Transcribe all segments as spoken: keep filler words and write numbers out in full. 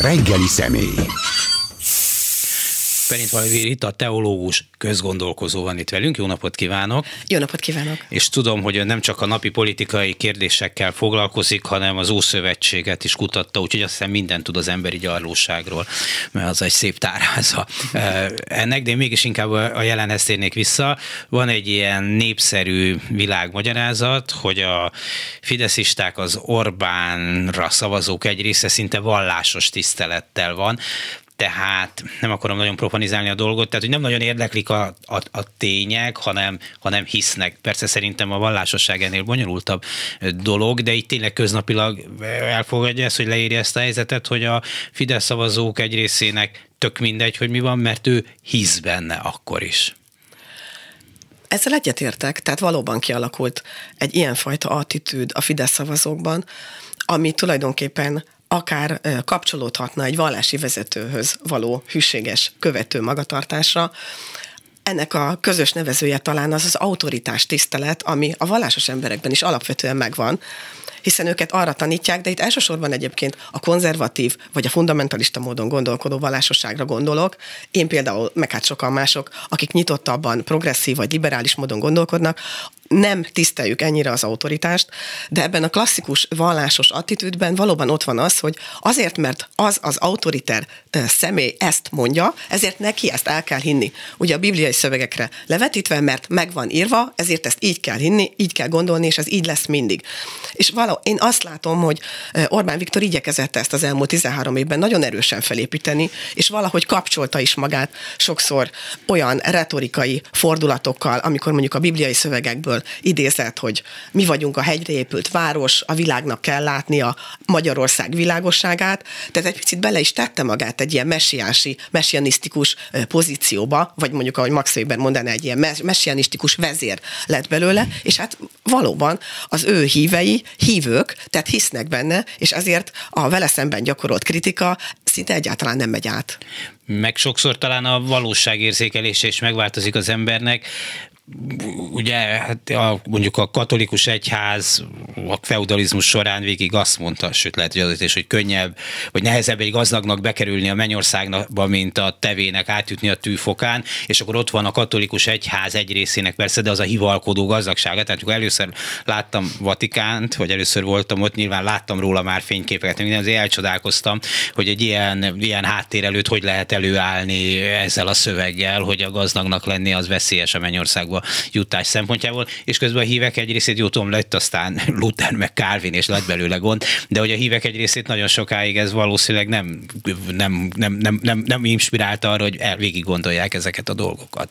reggeli személy. Perintvalai Rita, teológus, közgondolkozó van itt velünk. Jó napot kívánok! Jó napot kívánok! És tudom, hogy ön nem csak a napi politikai kérdésekkel foglalkozik, hanem az Ószövetséget is kutatta, úgyhogy azt hiszem mindent tud az emberi gyarlóságról, mert az egy szép tárháza ennek, de én mégis inkább a jelenhez térnék vissza. Van egy ilyen népszerű világmagyarázat, hogy a fideszisták az Orbánra szavazók egy része szinte vallásos tisztelettel van. Tehát nem akarom nagyon profanizálni a dolgot, tehát hogy nem nagyon érdeklik a, a, a tények, hanem, hanem hisznek. Persze szerintem a vallásosság ennél bonyolultabb dolog, de itt tényleg köznapilag elfogadja ezt, hogy leírja ezt a helyzetet, hogy a Fidesz szavazók egy részének tök mindegy, hogy mi van, mert ő hisz benne akkor is. Ezzel egyetértek, tehát valóban kialakult egy ilyenfajta attitűd a Fidesz szavazókban, ami tulajdonképpen akár kapcsolódhatna egy vallási vezetőhöz való hűséges követő magatartásra. Ennek a közös nevezője talán az az autoritás tisztelet, ami a vallásos emberekben is alapvetően megvan, hiszen őket arra tanítják, de itt elsősorban egyébként a konzervatív vagy a fundamentalista módon gondolkodó vallásosságra gondolok. Én például, meg hát sokan mások, akik nyitottabban, progresszív vagy liberális módon gondolkodnak, nem tiszteljük ennyire az autoritást, de ebben a klasszikus vallásos attitűdben valóban ott van az, hogy azért, mert az az autoriter személy ezt mondja, ezért neki ezt el kell hinni. Ugye a bibliai szövegekre levetítve, mert meg van írva, ezért ezt így kell hinni, így kell gondolni, és ez így lesz mindig. És való, én azt látom, hogy Orbán Viktor igyekezett ezt az elmúlt tizenhárom évben nagyon erősen felépíteni, és valahogy kapcsolta is magát sokszor olyan retorikai fordulatokkal, amikor mondjuk a bibliai szövegekből idézett, hogy mi vagyunk a hegyre épült város, a világnak kell látnia Magyarország világosságát, tehát egy picit bele is tette magát egy ilyen messiási, messianisztikus pozícióba, vagy mondjuk, ahogy Max Weber mondaná, egy ilyen messianisztikus vezér lett belőle, és hát valóban az ő hívei hívők, tehát hisznek benne, és ezért a vele szemben gyakorolt kritika szinte egyáltalán nem megy át. Meg sokszor talán a valóságérzékelése is megváltozik az embernek. Ugye hát a, mondjuk a katolikus egyház a feudalizmus során végig azt mondta, sőt lehet, hogy azért is, hogy könnyebb, vagy nehezebb egy gazdagnak bekerülni a mennyországba, mint a tevének átjutni a tűfokán, és akkor ott van a katolikus egyház egy részének persze, de az a hivalkodó gazdagsága. Tehát amikor először láttam Vatikánt, vagy először voltam ott, nyilván láttam róla már fényképeket, minden azért elcsodálkoztam, hogy egy ilyen, ilyen háttér előtt hogy lehet előállni ezzel a szöveggel, hogy a gazdagnak lenni az veszélyes a mennyországba jutás szempontjából, és közben a hívek egy részét, jó tudom, lett aztán Luther meg Calvin, és lett belőle gond, de hogy a hívek egy részét nagyon sokáig ez valószínűleg nem, nem, nem, nem, nem, nem inspirálta arra, hogy végig gondolják ezeket a dolgokat.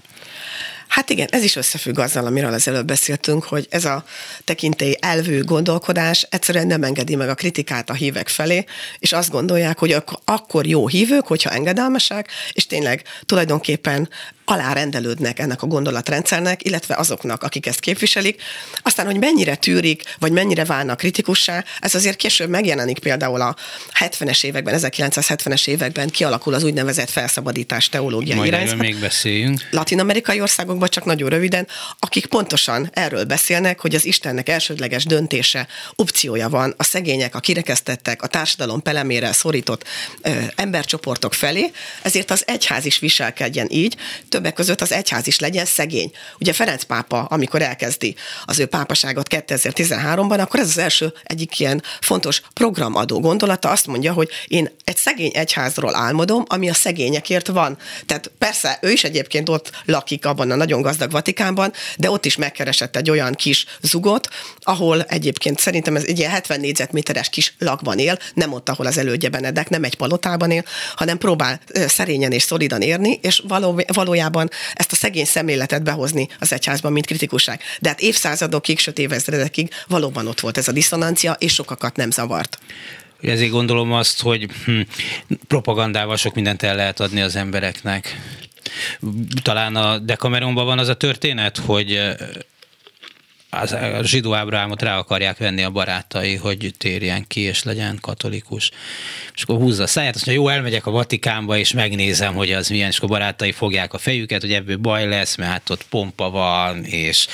Hát igen, ez is összefügg azzal, amiről az előbb beszéltünk, hogy ez a tekintély elvű gondolkodás egyszerűen nem engedi meg a kritikát a hívek felé, és azt gondolják, hogy akkor jó hívők, hogyha engedelmesek, és tényleg tulajdonképpen alárendelődnek ennek a gondolatrendszernek, illetve azoknak, akik ezt képviselik. Aztán, hogy mennyire tűrik, vagy mennyire válnak kritikussá, ez azért később megjelenik, például a hetvenes években, ezerkilencszázhetvenes években kialakul az úgynevezett felszabadítás teológiai irányzat. Majd még beszéljünk. Latin-amerikai országokban csak nagyon röviden, akik pontosan erről beszélnek, hogy az Istennek elsődleges döntése, opciója van a szegények, a kirekesztettek, a társadalom pelemére szorított ö, embercsoportok felé, ezért az egyház is viselkedjen így, többek között az egyház is legyen szegény. Ugye Ferenc pápa, amikor elkezdi az ő pápaságot kétezer-tizenháromban, akkor ez az első egyik ilyen fontos programadó gondolata, azt mondja, hogy én egy szegény egyházról álmodom, ami a szegényekért van. Tehát persze ő is egyébként ott lakik abban a nagyon gazdag Vatikánban, de ott is megkeresett egy olyan kis zugot, ahol egyébként szerintem ez egy ilyen hetven négyzetméteres kis lakban él, nem ott, ahol az elődje Benedek, nem egy palotában él, hanem próbál szerényen és szolidan érni, és való, valójában ezt a szegény szemléletet behozni az egyházban, mint kritikusság. De hát évszázadokig, sőt évezredekig valóban ott volt ez a diszonancia, és sokakat nem zavart. Ezért gondolom azt, hogy hm, propagandával sok mindent el lehet adni az embereknek. Talán a Decameronban van az a történet, hogy a zsidó Ábrahámot rá akarják venni a barátai, hogy térjen ki, és legyen katolikus. És akkor húzza a száját, azt mondja, jó, elmegyek a Vatikánba, és megnézem, hogy az milyen, és akkor barátai fogják a fejüket, hogy ebből baj lesz, mert hát ott pompa van, és,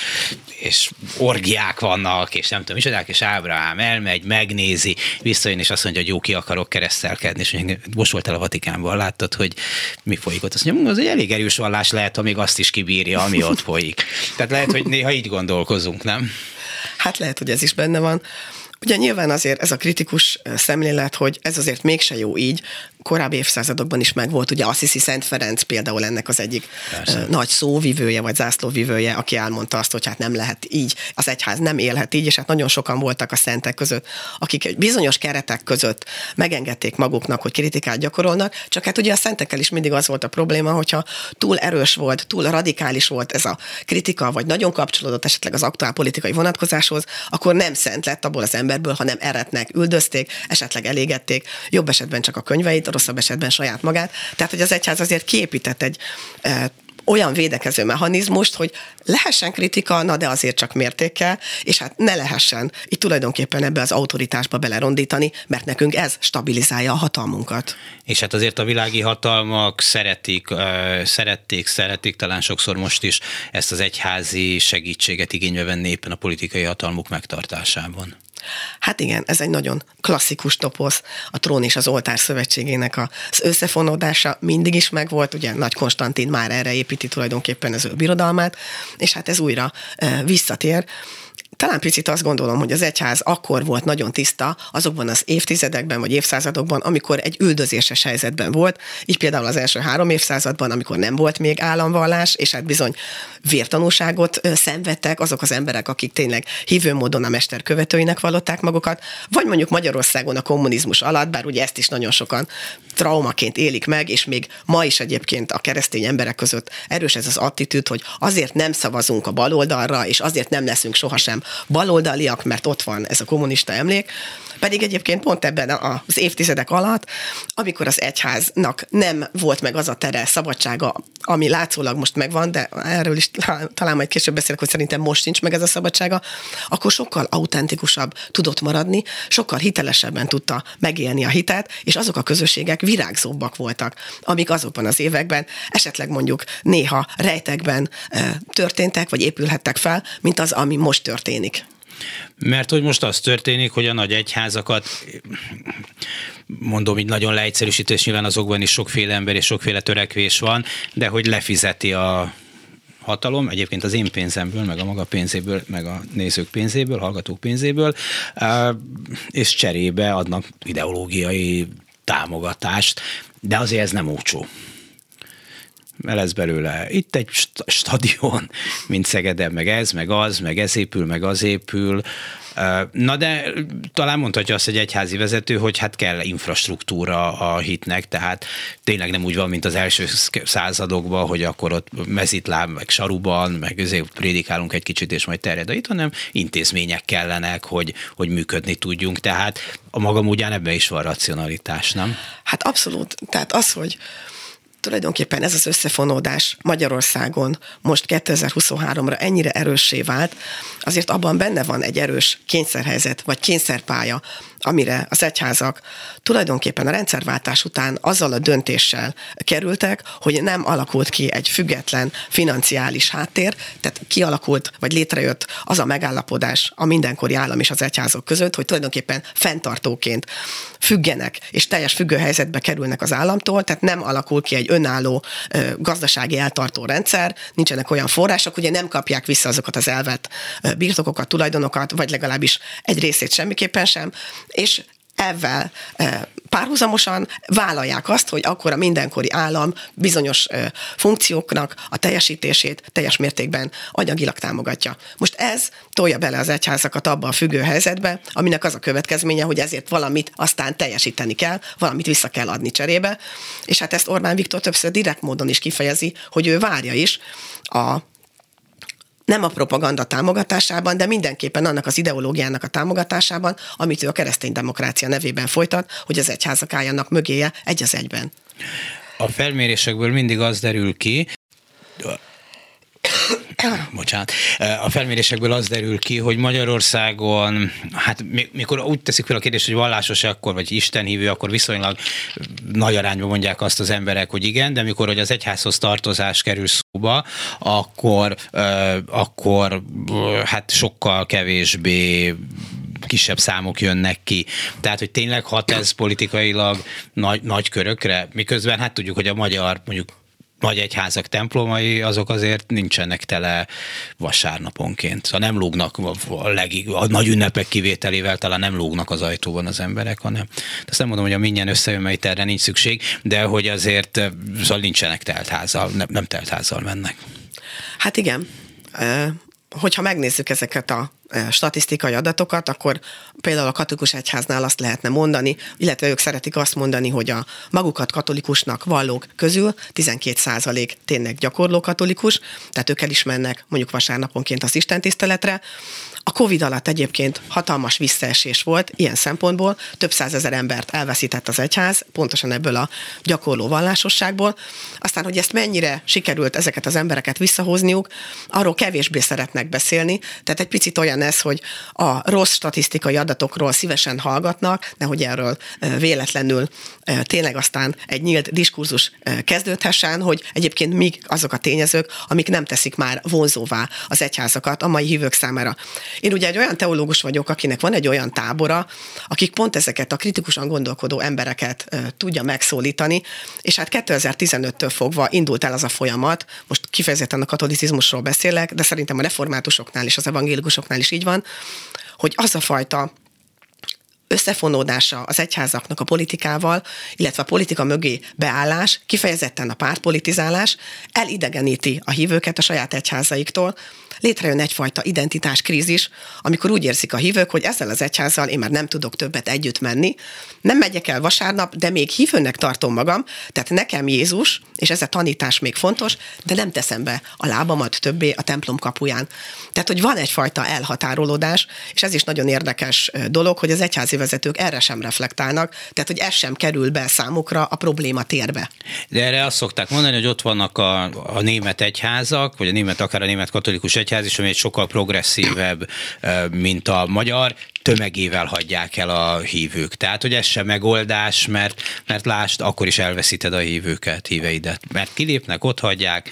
és orgiák vannak, és nem tudom, micsodák, és Ábrahám elmegy, megnézi, visszajön, és azt mondja, hogy jó, ki akarok keresztelkedni, és most voltál a Vatikánban, láttad, hogy mi folyik ott. Azt mondja, az egy elég erős vallás lehet, ha még azt is kibírja, ami ott folyik. Tehát lehet, hogy néha így gondolkozunk, nem? Hát lehet, hogy ez is benne van. Ugye nyilván azért ez a kritikus szemlélet, hogy ez azért mégse jó így, korábbi évszázadokban is megvolt, ugye Assisi Szent Ferenc például ennek az egyik Persze. nagy szóvivője, vagy zászlóvivője, aki elmondta azt, hogy hát nem lehet így, az egyház nem élhet így, és hát nagyon sokan voltak a szentek között, akik egy bizonyos keretek között megengedték maguknak, hogy kritikát gyakorolnak, csak hát ugye a szentekkel is mindig az volt a probléma, hogyha túl erős volt, túl radikális volt ez a kritika, vagy nagyon kapcsolódott esetleg az aktuál politikai vonatkozáshoz, akkor nem szent lett abból az emberből, hanem eretnek, üldözték, esetleg elégették, jobb esetben csak a könyveit, rosszabb esetben saját magát. Tehát, hogy az egyház azért kiépített egy e, olyan védekező mechanizmust, hogy lehessen kritika, na de azért csak mértékkel, és hát ne lehessen itt tulajdonképpen ebbe az autoritásba belerondítani, mert nekünk ez stabilizálja a hatalmunkat. És hát azért a világi hatalmak szeretik, szerették, szeretik talán sokszor most is ezt az egyházi segítséget igénybe venni éppen a politikai hatalmuk megtartásában. Hát igen, ez egy nagyon klasszikus toposz. A Trón és az Oltár szövetségének az összefonódása mindig is megvolt, ugye Nagy Konstantin már erre építi tulajdonképpen az ő birodalmát, és hát ez újra e, visszatér. Talán picit azt gondolom, hogy az egyház akkor volt nagyon tiszta azokban az évtizedekben vagy évszázadokban, amikor egy üldözéses helyzetben volt, így például az első három évszázadban, amikor nem volt még államvallás, és hát bizony vértanúságot szenvedtek azok az emberek, akik tényleg hívő módon a mester követőinek vallották magukat, vagy mondjuk Magyarországon a kommunizmus alatt, bár ugye ezt is nagyon sokan traumaként élik meg, és még ma is egyébként a keresztény emberek között erős ez az attitűd, hogy azért nem szavazunk a baloldalra, és azért nem leszünk sohasem baloldaliak, mert ott van ez a kommunista emlék, pedig egyébként pont ebben az évtizedek alatt, amikor az egyháznak nem volt meg az a tere, szabadsága, ami látszólag most megvan, de erről is talán majd később beszélek, hogy szerintem most sincs meg ez a szabadsága, akkor sokkal autentikusabb tudott maradni, sokkal hitelesebben tudta megélni a hitet, és azok a közösségek virágzóbbak voltak, amik azokban az években esetleg mondjuk néha rejtekben történtek, vagy épülhettek fel, mint az, ami most történik. Mert hogy most az történik, hogy a nagy egyházakat, mondom így nagyon leegyszerűsítés, nyilván azokban is sokféle ember és sokféle törekvés van, de hogy lefizeti a hatalom, egyébként az én pénzemből, meg a maga pénzéből, meg a nézők pénzéből, hallgatók pénzéből, és cserébe adnak ideológiai támogatást, de azért ez nem olcsó. Lesz belőle itt egy stadion, mint Szegeden, meg ez, meg az, meg ez épül, meg az épül. Na de talán mondhatja azt egy egyházi vezető, hogy hát kell infrastruktúra a hitnek, tehát tényleg nem úgy van, mint az első századokban, hogy akkor ott mezitláb, meg saruban, meg azért prédikálunk egy kicsit, és majd terjed a hit, hanem intézmények kellenek, hogy, hogy működni tudjunk. Tehát a maga módján ebben is van racionalitás, nem? Hát abszolút. Tehát az, hogy tulajdonképpen ez az összefonódás Magyarországon most kétezer-huszonháromra ennyire erőssé vált, azért abban benne van egy erős kényszerhelyzet, vagy kényszerpálya, amire az egyházak tulajdonképpen a rendszerváltás után azzal a döntéssel kerültek, hogy nem alakult ki egy független financiális háttér, tehát kialakult, vagy létrejött az a megállapodás a mindenkori állam és az egyházak között, hogy tulajdonképpen fenntartóként függenek, és teljes függő helyzetbe kerülnek az államtól, tehát nem alakul ki egy önálló ö, gazdasági eltartó rendszer, nincsenek olyan források, ugye nem kapják vissza azokat az elvett ö, birtokokat, tulajdonokat, vagy legalábbis egy részét semmiképpen sem, és ezzel párhuzamosan vállalják azt, hogy akkor a mindenkori állam bizonyos funkcióknak a teljesítését teljes mértékben anyagilag támogatja. Most ez tolja bele az egyházakat abba a függő helyzetbe, aminek az a következménye, hogy ezért valamit aztán teljesíteni kell, valamit vissza kell adni cserébe, és hát ezt Orbán Viktor többször direkt módon is kifejezi, hogy ő várja is a nem a propaganda támogatásában, de mindenképpen annak az ideológiának a támogatásában, amit ő a keresztény demokrácia nevében folytat, hogy az egyházak álljanak mögéje egy az egyben. A felmérésekből mindig az derül ki, bocsánat. A felmérésekből az derül ki, hogy Magyarországon, hát mikor úgy teszik fel a kérdést, hogy vallásos akkor, vagy istenhívő, akkor viszonylag nagy arányban mondják azt az emberek, hogy igen, de mikor hogy az egyházhoz tartozás kerül szóba, akkor, akkor hát sokkal kevésbé kisebb számok jönnek ki. Tehát, hogy tényleg hat ez politikailag nagy, nagy körökre, miközben hát tudjuk, hogy a magyar mondjuk nagy egyházak templomai, azok azért nincsenek tele vasárnaponként. Szóval nem lógnak a, legig, a nagy ünnepek kivételével talán nem lógnak az ajtóban az emberek, hanem. De azt nem mondom, hogy a mindjárt összejön, mert erre nincs szükség, de hogy azért szóval nincsenek teltházzal, nem, nem teltházzal mennek. Hát igen. Hogyha megnézzük ezeket a statisztikai adatokat, akkor például a katolikus egyháznál azt lehetne mondani, illetve ők szeretik azt mondani, hogy a magukat katolikusnak vallók közül tizenkét százalék tényleg gyakorló katolikus, tehát ők elismernek mondjuk vasárnaponként az istentiszteletre. A Covid alatt egyébként hatalmas visszaesés volt ilyen szempontból, több százezer embert elveszített az egyház, pontosan ebből a gyakorló vallásosságból. Aztán, hogy ezt mennyire sikerült ezeket az embereket visszahozniuk, arról kevésbé szeretnek beszélni, tehát egy picit olyan ez, hogy a rossz statisztikai adatokról szívesen hallgatnak, nehogy erről véletlenül tényleg aztán egy nyílt diskurzus kezdődhessen, hogy egyébként mik azok a tényezők, amik nem teszik már vonzóvá az egyházakat a mai hívők számára. Én ugye egy olyan teológus vagyok, akinek van egy olyan tábora, akik pont ezeket a kritikusan gondolkodó embereket uh, tudja megszólítani, és hát kétezer-tizenöttől fogva indult el az a folyamat, most kifejezetten a katolicizmusról beszélek, de szerintem a reformátusoknál és az evangélikusoknál is így van, hogy az a fajta összefonódása az egyházaknak a politikával, illetve a politika mögé beállás, kifejezetten a pártpolitizálás elidegeníti a hívőket a saját egyházaiktól, létrejön egyfajta identitáskrízis, amikor úgy érzik a hívők, hogy ezzel az egyházzal én már nem tudok többet együtt menni, nem megyek el vasárnap, de még hívőnek tartom magam, tehát nekem Jézus, és ez a tanítás még fontos, de nem teszem be a lábamat többé a templom kapuján. Tehát, hogy van egyfajta elhatárolódás, és ez is nagyon érdekes dolog, hogy az egyházi vezetők erre sem reflektálnak, tehát, hogy ez sem kerül be számukra a probléma térbe. De erre azt szokták mondani, hogy ott vannak a, a német egyházak, vagy a német, akár a német katolikus egyház is, ami egy sokkal progresszívebb, mint a magyar, tömegével hagyják el a hívők. Tehát, hogy ez sem megoldás, mert, mert lásd, akkor is elveszíted a hívőket, híveidet. Mert kilépnek, ott hagyják.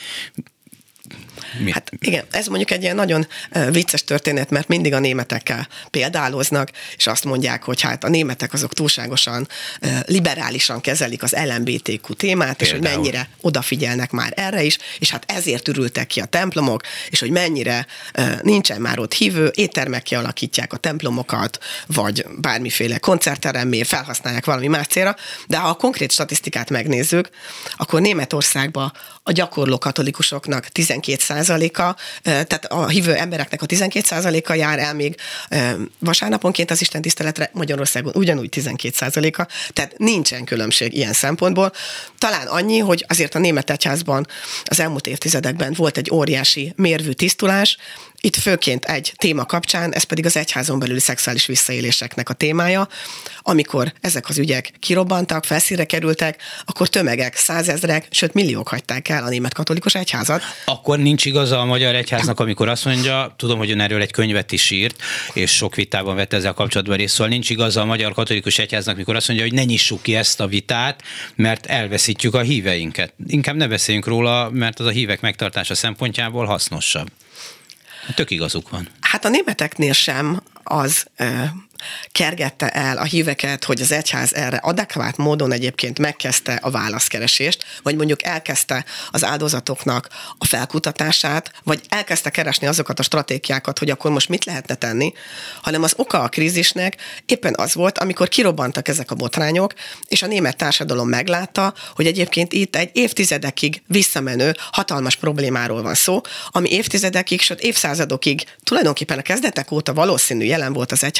Mi? Hát igen, ez mondjuk egy ilyen nagyon vicces történet, mert mindig a németekkel példáloznak, és azt mondják, hogy hát a németek azok túlságosan liberálisan kezelik az el em bé té kú témát, például. És hogy mennyire odafigyelnek már erre is, és hát ezért ürültek ki a templomok, és hogy mennyire nincsen már ott hívő, éttermek kialakítják a templomokat, vagy bármiféle koncertteremmé felhasználják valami más célra, de ha a konkrét statisztikát megnézzük, akkor Németországban a gyakorló katolikusoknak tizenkét százaléka, tehát a hívő embereknek a tizenkét százaléka jár el még vasárnaponként az istentiszteletre, Magyarországon ugyanúgy tizenkét százaléka, tehát nincsen különbség ilyen szempontból. Talán annyi, hogy azért a német egyházban az elmúlt évtizedekben volt egy óriási mérvű tisztulás, itt főként egy téma kapcsán, ez pedig az egyházon belüli szexuális visszaéléseknek a témája. Amikor ezek az ügyek kirobbantak, felszínre kerültek, akkor tömegek, százezrek, sőt milliók hagyták el a német katolikus egyházat. Akkor nincs igaza a magyar egyháznak, amikor azt mondja, tudom, hogy ön erről egy könyvet is írt, és sok vitában vett ezzel kapcsolatban részt, szóval nincs igaza a magyar katolikus egyháznak, amikor azt mondja, hogy ne nyissuk ki ezt a vitát, mert elveszítjük a híveinket. Inkább ne beszéljünk róla, mert az a hívek megtartása szempontjából hasznosabb. Tök igazuk van. Hát a németeknél sem az ö, kergette el a híveket, hogy az egyház erre adekvát módon egyébként megkezdte a válaszkeresést, vagy mondjuk elkezdte az áldozatoknak a felkutatását, vagy elkezdte keresni azokat a stratégiákat, hogy akkor most mit lehetne tenni, hanem az oka a krízisnek éppen az volt, amikor kirobbantak ezek a botrányok, és a német társadalom meglátta, hogy egyébként itt egy évtizedekig visszamenő hatalmas problémáról van szó, ami évtizedekig, sőt évszázadokig tulajdonképpen a kezdetek óta valószínű jelen volt az egyházban,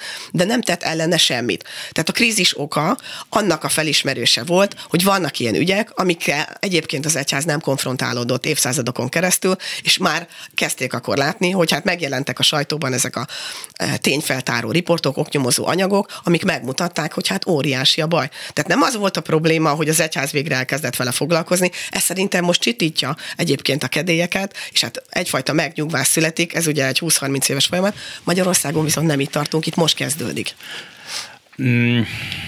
de nem tett ellene semmit. Tehát a krízis oka annak a felismerése volt, hogy vannak ilyen ügyek, amikkel egyébként az egyház nem konfrontálódott évszázadokon keresztül, és már kezdték akkor látni, hogy hát megjelentek a sajtóban ezek a tényfeltáró riportok, oknyomozó anyagok, amik megmutatták, hogy hát óriási a baj. Tehát nem az volt a probléma, hogy az egyház végre elkezdett vele foglalkozni, ez szerintem most csitítja egyébként a kedélyeket, és hát egyfajta megnyugvás születik, ez ugye egy húsz-harminc éves folyamat. Magyarországon viszont nem itt tartunk, itt most kezdődik. Mm.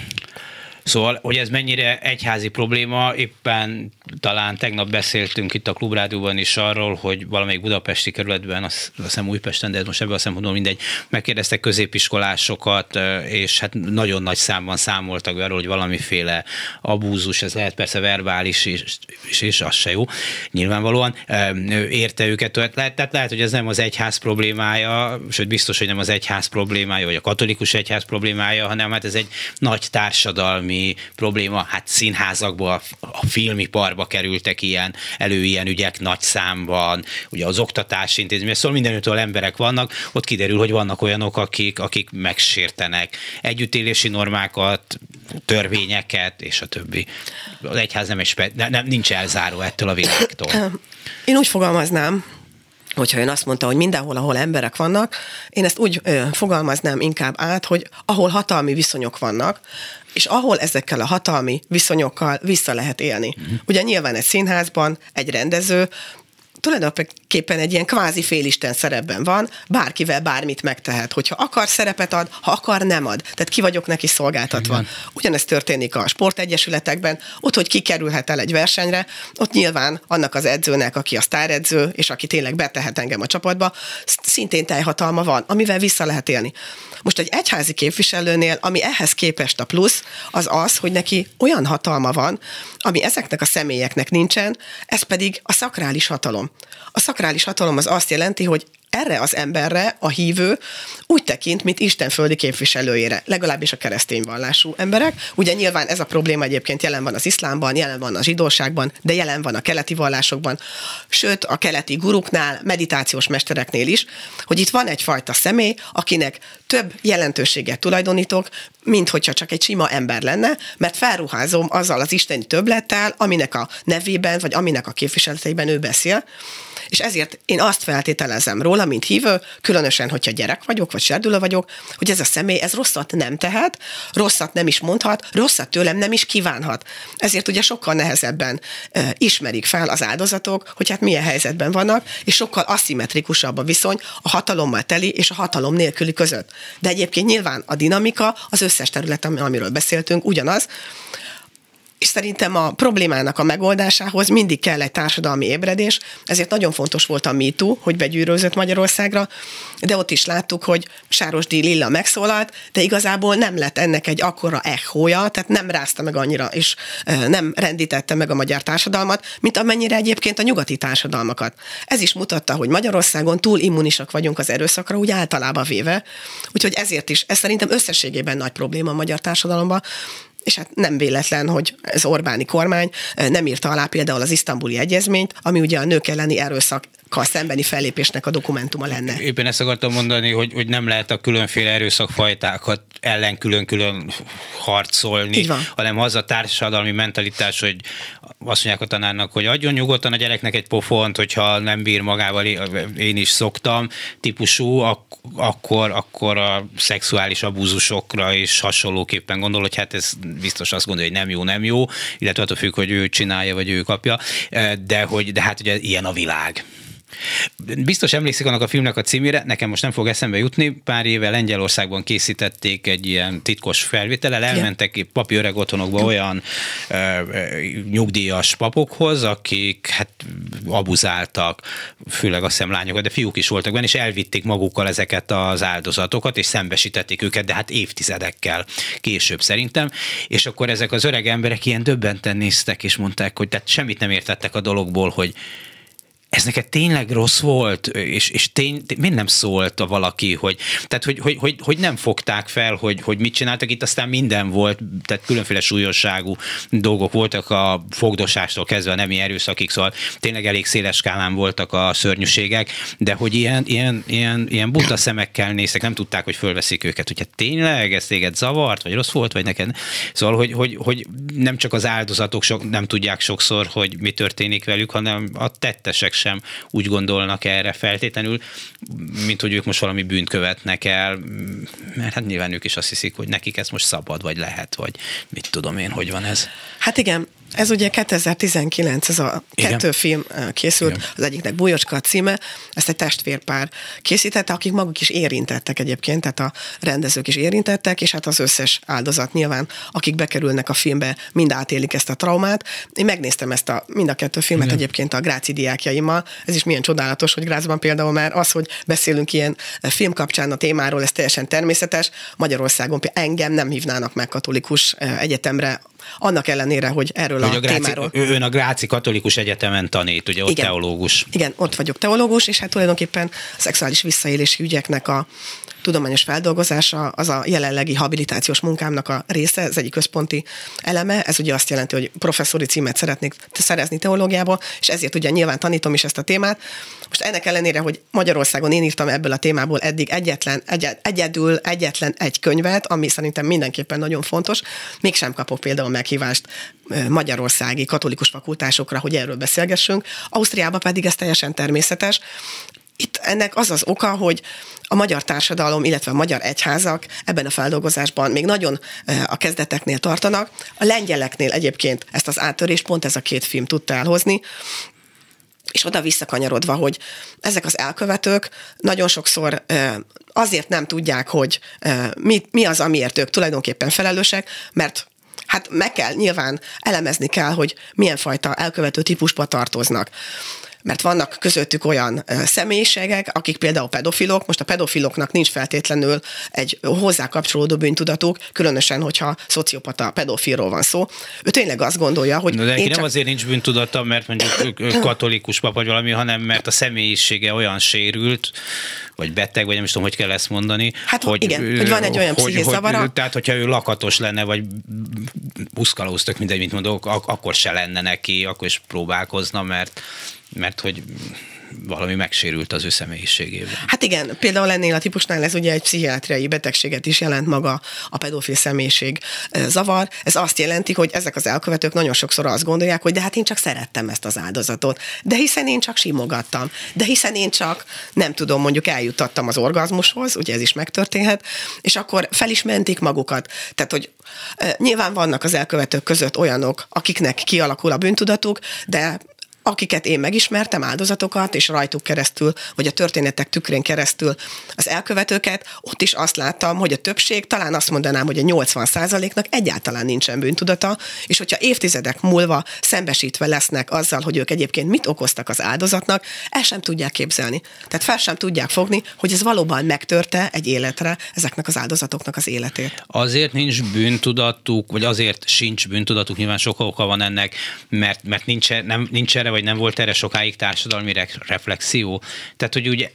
Szóval, hogy ez mennyire egyházi probléma, éppen talán tegnap beszéltünk itt a Klubrádióban is arról, hogy valamelyik budapesti kerületben, azt hiszem Újpesten, de ez most ebből a szempontból mindegy, megkérdeztek középiskolásokat, és hát nagyon nagy számban számoltak arról, hogy valamiféle abúzus, ez lehet persze verbális is, és, és az se jó, nyilvánvalóan érte őket, tehát lehet, lehet, hogy ez nem az egyház problémája, sőt biztos, hogy nem az egyház problémája, vagy a katolikus egyház problémája, hanem hát ez egy nagy társadalmi probléma, hát színházakból, a, a filmiparba kerültek ilyen, elő ilyen ügyek nagy számban, ugye az oktatási intézmény, szóval mindenüttől emberek vannak, ott kiderül, hogy vannak olyanok, akik, akik megsértenek együttélési normákat, törvényeket, és a többi. Az egyház nem, egy, nem nincs elzáró ettől a világtól. Én úgy fogalmaznám, hogyha ön azt mondta, hogy mindenhol, ahol emberek vannak, én ezt úgy ö, fogalmaznám inkább át, hogy ahol hatalmi viszonyok vannak, és ahol ezekkel a hatalmi viszonyokkal vissza lehet élni. Mm. Ugye nyilván egy színházban egy rendező tulajdonképpen egy ilyen kvázi félisten szerepben van, bárkivel bármit megtehet. Hogyha akar szerepet ad, ha akar nem ad. Tehát ki vagyok neki szolgáltatva. Igen. Ugyanezt történik a sportegyesületekben, ott, hogy ki kerülhet el egy versenyre, ott nyilván annak az edzőnek, aki a sztáredző, és aki tényleg betehet engem a csapatba, szintén teljhatalma van, amivel vissza lehet élni. Most egy egyházi képviselőnél, ami ehhez képest a plusz, az az, hogy neki olyan hatalma van, ami ezeknek a személyeknek nincsen, ez pedig a szakrális hatalom. A szakrális hatalom az azt jelenti, hogy erre az emberre a hívő úgy tekint, mint Isten földi képviselőjére, legalábbis a keresztény vallású emberek. Ugye nyilván ez a probléma egyébként jelen van az iszlámban, jelen van a zsidóságban, de jelen van a keleti vallásokban, sőt a keleti guruknál, meditációs mestereknél is, hogy itt van egyfajta személy, akinek több jelentőséget tulajdonítok, mint hogyha csak egy sima ember lenne, mert felruházom azzal az isteni többlettel, aminek a nevében, vagy aminek a képviseleteiben ő beszél, és ezért én azt feltételezem róla, mint hívő, különösen, hogyha gyerek vagyok, vagy serdülő vagyok, hogy ez a személy, ez rosszat nem tehet, rosszat nem is mondhat, rosszat tőlem nem is kívánhat. Ezért ugye sokkal nehezebben e, ismerik fel az áldozatok, hogy hát milyen helyzetben vannak, és sokkal aszimmetrikusabb a viszony a hatalommal teli és a hatalom nélküli között. De egyébként nyilván a dinamika az összes terület, amiről beszéltünk, ugyanaz, és szerintem a problémának a megoldásához mindig kell egy társadalmi ébredés, ezért nagyon fontos volt a MeToo, hogy begyűrőzött Magyarországra, de ott is láttuk, hogy Sárosdi Lilla megszólalt, de igazából nem lett ennek egy akkora echója, tehát nem rázta meg annyira, és nem rendítette meg a magyar társadalmat, mint amennyire egyébként a nyugati társadalmakat. Ez is mutatta, hogy Magyarországon túl immunisak vagyunk az erőszakra, úgy általában véve, úgyhogy ezért is, ez szerintem összességében nagy probléma a magyar társadalomban, és hát nem véletlen, hogy az Orbáni kormány nem írta alá például az isztambuli egyezményt, ami ugye a nők elleni erőszakkal szembeni fellépésnek a dokumentuma lenne. Éppen ezt akartam mondani, hogy, hogy nem lehet a különféle erőszakfajtákat ellen külön-külön harcolni, hanem az a társadalmi mentalitás, hogy azt mondják a tanárnak, hogy adjon nyugodtan a gyereknek egy pofont, hogyha nem bír magával, én is szoktam, típusú, ak- akkor, akkor a szexuális abúzusokra is hasonlóképpen gondol, hogy hát ez biztos azt gondolja, hogy nem jó, nem jó, illetve attól függ, hogy ő csinálja, vagy ő kapja, de, hogy, de hát ugye ilyen a világ. Biztos emlékszik annak a filmnek a címére, nekem most nem fog eszembe jutni, pár éve Lengyelországban készítették egy ilyen titkos felvétellel, elmentek papi öreg otthonokba olyan ö, nyugdíjas papokhoz, akik hát abuzáltak, főleg azt hiszem lányokat, de fiúk is voltak benne, és elvitték magukkal ezeket az áldozatokat, és szembesítették őket, de hát évtizedekkel később szerintem, és akkor ezek az öreg emberek ilyen döbbenten néztek, és mondták, hogy tehát semmit nem értettek a dologból, hogy ez neked tényleg rossz volt, és, és tény, miért nem szólt a valaki, hogy, tehát hogy, hogy, hogy, hogy nem fogták fel, hogy, hogy mit csináltak, itt aztán minden volt, tehát különféle súlyosságú dolgok voltak a fogdosástól kezdve a nemi erőszakig, szóval tényleg elég széles skálán voltak a szörnyűségek, de hogy ilyen, ilyen, ilyen, ilyen buta szemekkel néztek, nem tudták, hogy fölveszik őket, hogyha tényleg ez téged zavart, vagy rossz volt, vagy neked. Szóval, hogy, hogy, hogy nem csak az áldozatok sok, nem tudják sokszor, hogy mi történik velük, hanem a tettesek sem úgy gondolnak erre feltétlenül, mint hogy ők most valami bűnt követnek el, mert hát nyilván ők is azt hiszik, hogy nekik ez most szabad, vagy lehet, vagy mit tudom én, hogy van ez. Hát igen, ez ugye kétezer-tizenkilenc, ez a igen. kettő film készült, igen. Az egyiknek Bújocska a címe, ezt egy testvérpár készítette, akik maguk is érintettek egyébként, tehát a rendezők is érintettek, és hát az összes áldozat nyilván, akik bekerülnek a filmbe, mind átélik ezt a traumát. Én megnéztem ezt a, mind a kettő filmet igen. egyébként a gráci diákjaimmal, ez is milyen csodálatos, hogy Grazban például már az, hogy beszélünk ilyen film kapcsán a témáról, ez teljesen természetes. Magyarországon engem nem hívnának meg katolikus egyetemre, annak ellenére, hogy erről hogy a, a Gráci, témáról... Ön a Gráci Katolikus Egyetemen tanít, ugye ott igen, teológus. Igen, ott vagyok teológus, és hát tulajdonképpen a szexuális visszaélési ügyeknek a tudományos feldolgozása az a jelenlegi habilitációs munkámnak a része, ez egyik központi eleme. Ez ugye azt jelenti, hogy professzori címet szeretnék szerezni teológiából, és ezért ugye nyilván tanítom is ezt a témát. Most ennek ellenére, hogy Magyarországon én írtam ebből a témából eddig egyetlen, egy, egyedül egyetlen egy könyvet, ami szerintem mindenképpen nagyon fontos, mégsem kapok például meghívást magyarországi katolikus fakultásokra, hogy erről beszélgessünk. Ausztriában pedig ez teljesen természetes. Itt ennek az az oka, hogy a magyar társadalom, illetve a magyar egyházak ebben a feldolgozásban még nagyon a kezdeteknél tartanak. A lengyeleknél egyébként ezt az áttörést pont ez a két film tudta elhozni, és oda visszakanyarodva, hogy ezek az elkövetők nagyon sokszor azért nem tudják, hogy mi, mi az, amiért ők tulajdonképpen felelősek, mert hát meg kell, nyilván elemezni kell, hogy milyen fajta elkövető típusba tartoznak. Mert vannak közöttük olyan személyiségek, akik például pedofilok, most a pedofiloknak nincs feltétlenül egy hozzá kapcsolódó bűntudatuk, különösen, hogyha szociopata pedofilról van szó. Ő tényleg azt gondolja, hogy... De neki csak... nem azért nincs bűntudata, mert mondjuk katolikus pap vagy valami, hanem mert a személyisége olyan sérült, vagy beteg, vagy nem is tudom, hogy kell ezt mondani. Hát hogy, igen, hogy van egy olyan pszichés zavara. Tehát, hogyha ő lakatos lenne, vagy buszkalóztök, mindegy, mint mondok, akkor se lenne neki, akkor is próbálkozna, mert mert hogy valami megsérült az ő személyiségében. Hát igen, például ennél a típusnál ez ugye egy pszichiátriai betegséget is jelent maga a pedofil személyiség zavar. Ez azt jelenti, hogy ezek az elkövetők nagyon sokszor azt gondolják, hogy de hát én csak szerettem ezt az áldozatot, de hiszen én csak simogattam, de hiszen én csak, nem tudom, mondjuk eljuttattam az orgazmushoz, ugye ez is megtörténhet, és akkor fel is mentik magukat. Tehát, hogy nyilván vannak az elkövetők között olyanok, akiknek kialakul a bűntudatuk, de akiket én megismertem, áldozatokat, és rajtuk keresztül, vagy a történetek tükrén keresztül az elkövetőket, ott is azt láttam, hogy a többség, talán azt mondanám, hogy a nyolcvan százaléknak egyáltalán nincsen bűntudata, és hogyha évtizedek múlva szembesítve lesznek azzal, hogy ők egyébként mit okoztak az áldozatnak, el sem tudják képzelni. Tehát fel sem tudják fogni, hogy ez valóban megtörte egy életre ezeknek az áldozatoknak az életét. Azért nincs bűntudatuk, vagy azért sincs bűntudatuk, nyilván sok oka van ennek, mert, mert nincs, nem, nincs erre, vagy nem volt erre sokáig társadalmi reflexió. Tehát, hogy ugye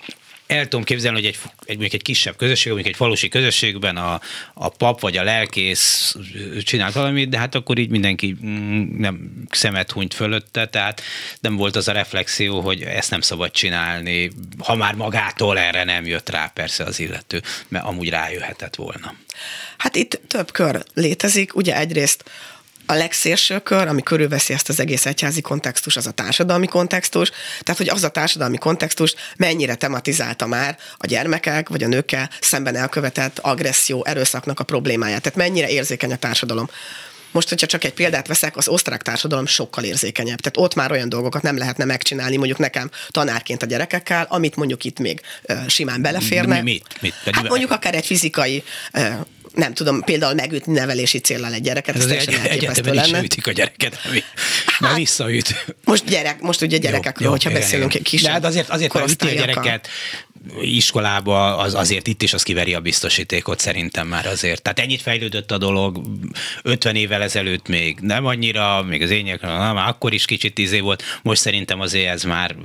el tudom képzelni, hogy egy, egy, mondjuk egy kisebb közösség, mondjuk egy falusi közösségben a, a pap vagy a lelkész csinált valamit, de hát akkor így mindenki nem szemet hunyt fölötte, tehát nem volt az a reflexió, hogy ezt nem szabad csinálni, ha már magától erre nem jött rá persze az illető, mert amúgy rájöhetett volna. Hát itt több kör létezik, ugye egyrészt a legszélső kör, ami körülveszi ezt az egész egyházi kontextus, az a társadalmi kontextus, tehát hogy az a társadalmi kontextus mennyire tematizálta már a gyermekek vagy a nőkkel szemben elkövetett agresszió, erőszaknak a problémáját, tehát mennyire érzékeny a társadalom. Most, hogyha csak egy példát veszek, az osztrák társadalom sokkal érzékenyebb. Tehát ott már olyan dolgokat nem lehetne megcsinálni, mondjuk nekem tanárként a gyerekekkel, amit mondjuk itt még uh, simán beleférne. Mi, mit? mit? Hát mondjuk akár egy fizikai uh, nem tudom, például megütni nevelési céllal egy gyereket, ez teljesen elképesztő lenne. Egyetemen is ütik a gyereket, ami már visszaüt. Most gyerek, most ugye gyerekekről, jó, hogyha jó, beszélünk egy kisebb de hát azért, azért ha üti a gyereket, iskolába, az azért itt is az kiveri a biztosítékot szerintem már azért. Tehát ennyit fejlődött a dolog, ötven évvel ezelőtt még nem annyira, még az énnyek, már akkor is kicsit tíz év volt, most szerintem azért ez már...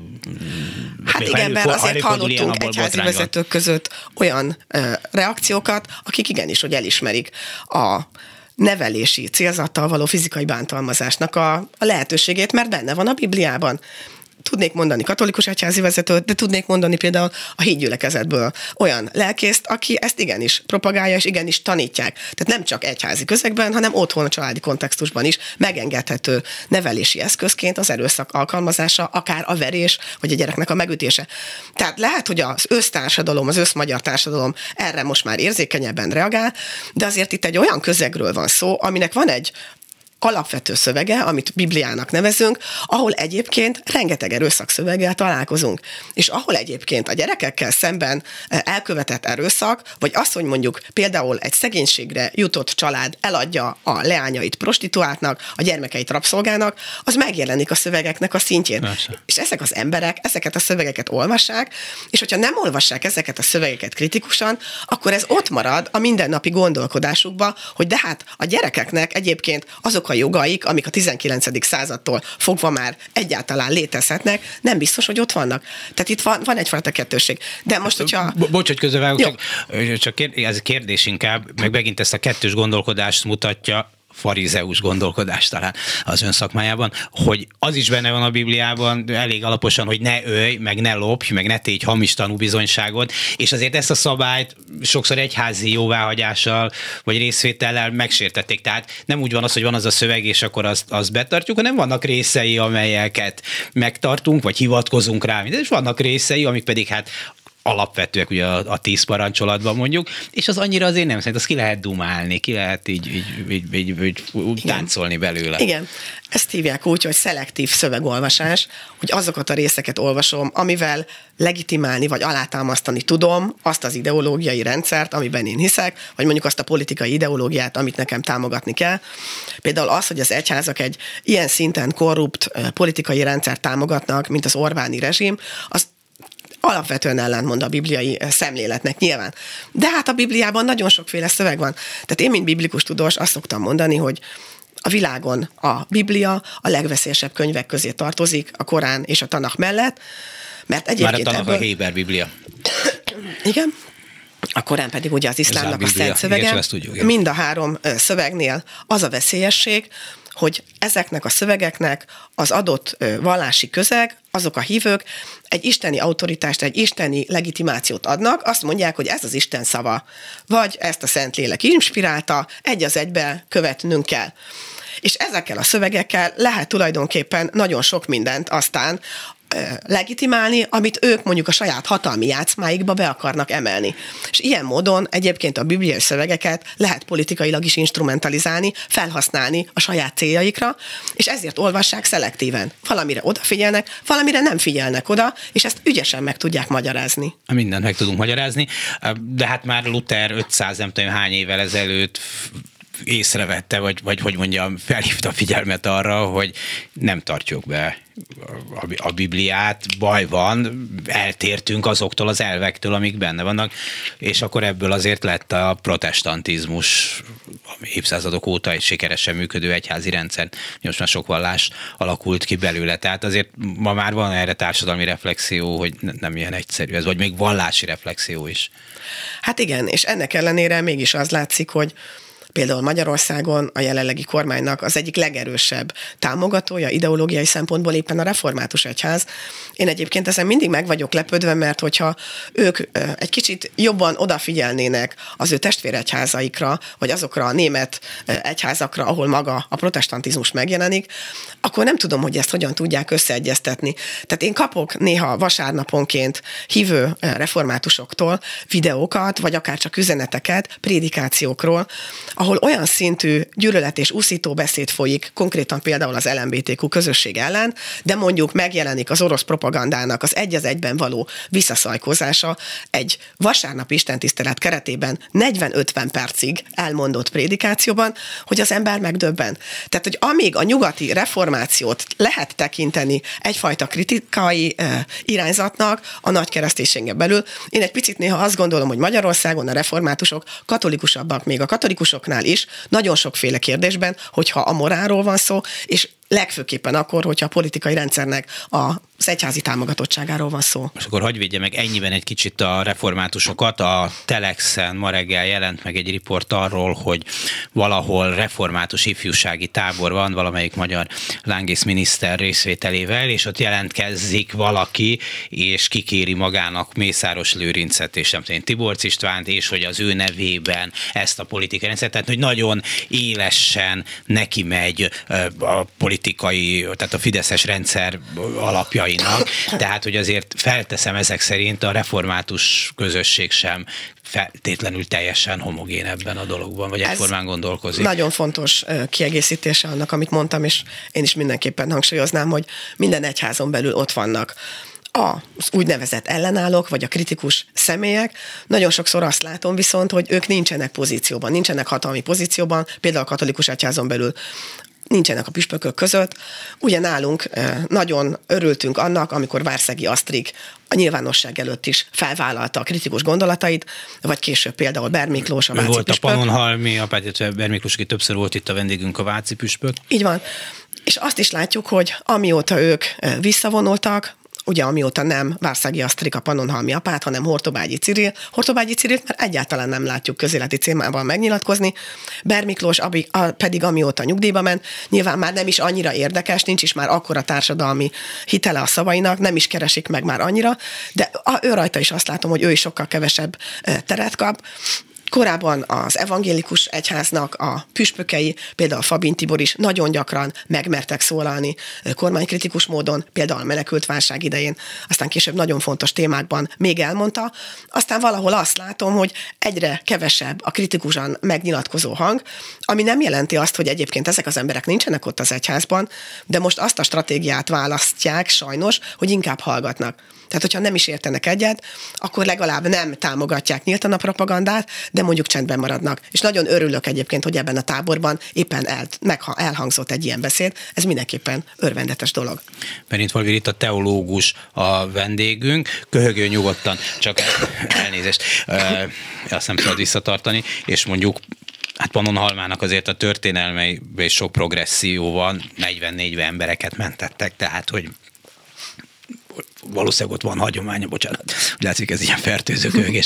Hát igen, mert azért hallottunk egyházi vezetők között olyan ö, reakciókat, akik igenis, hogy elismerik a nevelési célzattal való fizikai bántalmazásnak a, a lehetőségét, mert benne van a Bibliában. Tudnék mondani katolikus egyházi vezetőt, de tudnék mondani például a hídgyülekezetből olyan lelkészt, aki ezt igenis propagálja, és igenis tanítják. Tehát nem csak egyházi közegben, hanem otthon a családi kontextusban is megengedhető nevelési eszközként az erőszak alkalmazása, akár a verés, vagy a gyereknek a megütése. Tehát lehet, hogy az össztársadalom, az összmagyar társadalom erre most már érzékenyebben reagál, de azért itt egy olyan közegről van szó, aminek van egy alapvető szövege, amit Bibliának nevezünk, ahol egyébként rengeteg erőszak szöveggel találkozunk. És ahol egyébként a gyerekekkel szemben elkövetett erőszak, vagy az, hogy mondjuk például egy szegénységre jutott család eladja a leányait prostituáltnak, a gyermekeit rabszolgának, az megjelenik a szövegeknek a szintjén. Persze. És ezek az emberek ezeket a szövegeket olvassák, és hogyha nem olvassák ezeket a szövegeket kritikusan, akkor ez ott marad a mindennapi gondolkodásukba, hogy de hát a gyerekeknek egyébként azok a jogaik, amik a tizenkilencedik századtól fogva már egyáltalán létezhetnek, nem biztos, hogy ott vannak. Tehát itt van, van egyfajta kettősség. De most, hogyha... Bo- bocs, hogy közbevágok, csak, csak kérd, ez kérdés inkább, meg megint ezt a kettős gondolkodást mutatja, farizeus gondolkodás talán az ön szakmájában, hogy az is benne van a Bibliában elég alaposan, hogy ne ölj, meg ne lopj, meg ne tégy hamis tanúbizonyságot, és azért ezt a szabályt sokszor egyházi jóváhagyással vagy részvétellel megsértették. Tehát nem úgy van az, hogy van az a szöveg, és akkor azt, azt betartjuk, hanem vannak részei, amelyeket megtartunk, vagy hivatkozunk rá, és vannak részei, amik pedig hát alapvetőek ugye a, a tíz parancsolatban mondjuk, és az annyira azért nem szerint, azt ki lehet dumálni, ki lehet így, így, így, így, így, így táncolni belőle. Igen, ezt hívják úgy, hogy szelektív szövegolvasás, hogy azokat a részeket olvasom, amivel legitimálni vagy alátámasztani tudom azt az ideológiai rendszert, amiben én hiszek, vagy mondjuk azt a politikai ideológiát, amit nekem támogatni kell. Például az, hogy az egyházak egy ilyen szinten korrupt politikai rendszert támogatnak, mint az Orbáni rezsim, az alapvetően ellentmond a bibliai szemléletnek nyilván. De hát a Bibliában nagyon sokféle szöveg van. Tehát én, mint biblikus tudós, azt szoktam mondani, hogy a világon a Biblia a legveszélyesebb könyvek közé tartozik, a Korán és a Tanakh mellett, mert egyébként már a Tanakh ebből... a Héber Biblia. Igen. A Korán pedig ugye az iszlámnak a, a szent szövege. Igen, mind a három szövegnél az a veszélyesség, hogy ezeknek a szövegeknek az adott vallási közeg, azok a hívők egy isteni autoritást, egy isteni legitimációt adnak, azt mondják, hogy ez az Isten szava, vagy ezt a Szentlélek inspirálta, egy az egybe követnünk kell. És ezekkel a szövegekkel lehet tulajdonképpen nagyon sok mindent aztán legitimálni, amit ők mondjuk a saját hatalmi játszmáikba be akarnak emelni. És ilyen módon egyébként a bibliai szövegeket lehet politikailag is instrumentalizálni, felhasználni a saját céljaikra, és ezért olvassák szelektíven. Valamire odafigyelnek, valamire nem figyelnek oda, és ezt ügyesen meg tudják magyarázni. Mindent meg tudunk magyarázni, de hát már Luther ötszáz nem tudom hány évvel ezelőtt észrevette, vagy, vagy hogy mondjam, felhívta figyelmet arra, hogy nem tartjuk be a, a Bibliát, baj van, eltértünk azoktól az elvektől, amik benne vannak, és akkor ebből azért lett a protestantizmus, ami évszázadok óta egy sikeresen működő egyházi rendszer. Most már sok vallás alakult ki belőle, tehát azért ma már van erre társadalmi reflexió, hogy nem ilyen egyszerű ez, vagy még vallási reflexió is. Hát igen, és ennek ellenére mégis az látszik, hogy például Magyarországon a jelenlegi kormánynak az egyik legerősebb támogatója ideológiai szempontból éppen a református egyház. Én egyébként ezen mindig meg vagyok lepődve, mert hogyha ők egy kicsit jobban odafigyelnének az ő testvéregyházaikra, vagy azokra a német egyházakra, ahol maga a protestantizmus megjelenik, akkor nem tudom, hogy ezt hogyan tudják összeegyeztetni. Tehát én kapok néha vasárnaponként hívő reformátusoktól videókat, vagy akár csak üzeneteket, prédikációkról, ahol ahol olyan szintű gyűlölet és uszító beszéd folyik, konkrétan például az el em bé té kú közösség ellen, de mondjuk megjelenik az orosz propagandának az egy az egyben való visszaszajkózása egy vasárnap istentisztelet keretében negyven-ötven percig elmondott prédikációban, hogy az ember megdöbben. Tehát, hogy amíg a nyugati reformációt lehet tekinteni egyfajta kritikai eh, irányzatnak a nagy kereszténységen belül, én egy picit néha azt gondolom, hogy Magyarországon a reformátusok katolikusabbak még a katolikusoknál is, nagyon sokféle kérdésben, hogyha a morálról van szó, és legfőképpen akkor, hogyha a politikai rendszernek az egyházi támogatottságáról van szó. És akkor hagyj védje meg ennyiben egy kicsit a reformátusokat. A Telexen ma reggel jelent meg egy riport arról, hogy valahol református ifjúsági tábor van valamelyik magyar lángész miniszter részvételével, és ott jelentkezzik valaki, és kikéri magának Mészáros Lőrincet és nem tudom, Tiborcs Istvánt, és hogy az ő nevében ezt a politikai rendszert, tehát hogy nagyon élesen neki megy a politikai, tehát a fideszes rendszer alapjainak, tehát hogy azért felteszem ezek szerint a református közösség sem feltétlenül teljesen homogén ebben a dologban, vagy egyformán gondolkozik. Nagyon fontos kiegészítése annak, amit mondtam, és én is mindenképpen hangsúlyoznám, hogy minden egyházon belül ott vannak az úgynevezett ellenállók, vagy a kritikus személyek. Nagyon sokszor azt látom viszont, hogy ők nincsenek pozícióban, nincsenek hatalmi pozícióban, például a katolikus egyházon belül nincsenek a püspökök között. Ugye nálunk nagyon örültünk annak, amikor Várszegi Asztrik a nyilvánosság előtt is felvállalta a kritikus gondolatait, vagy később például Ber Miklós, a váci volt püspök. A Pannonhalmi, a Ber Miklós, aki többször volt itt a vendégünk, a váci püspök. Így van. És azt is látjuk, hogy amióta ők visszavonultak, ugye amióta nem Várszegi Asztrik a Pannonhalmi apát, hanem Hortobágyi Ciril. Hortobágyi Cirilt már egyáltalán nem látjuk közéleti témában megnyilatkozni. Ber Miklós pedig amióta nyugdíjba ment, nyilván már nem is annyira érdekes, nincs is már akkora társadalmi hitele a szavainak, nem is keresik meg már annyira, de ő rajta is azt látom, hogy ő is sokkal kevesebb teret kap. Korábban az evangélikus egyháznak a püspökei, például Fabin Tibor is nagyon gyakran megmertek szólalni kormánykritikus módon, például a menekültválság idején, aztán később nagyon fontos témákban még elmondta. Aztán valahol azt látom, hogy egyre kevesebb a kritikusan megnyilatkozó hang, ami nem jelenti azt, hogy egyébként ezek az emberek nincsenek ott az egyházban, de most azt a stratégiát választják sajnos, hogy inkább hallgatnak. Tehát, hogyha nem is értenek egyet, akkor legalább nem támogatják nyíltan a propagandát, de mondjuk csendben maradnak. És nagyon örülök egyébként, hogy ebben a táborban éppen el, meg, elhangzott egy ilyen beszéd. Ez mindenképpen örvendetes dolog. Berintfalvi Rita teológus a vendégünk. Köhögő nyugodtan, csak elnézést, azt nem szabad visszatartani, és mondjuk hát Pannonhalmának azért a történelmeiben is sok progresszió van, negyven-négyven embereket mentettek, tehát hogy valószínűleg ott van hagyománya, bocsánat, látszik ez ilyen fertőző köhögés.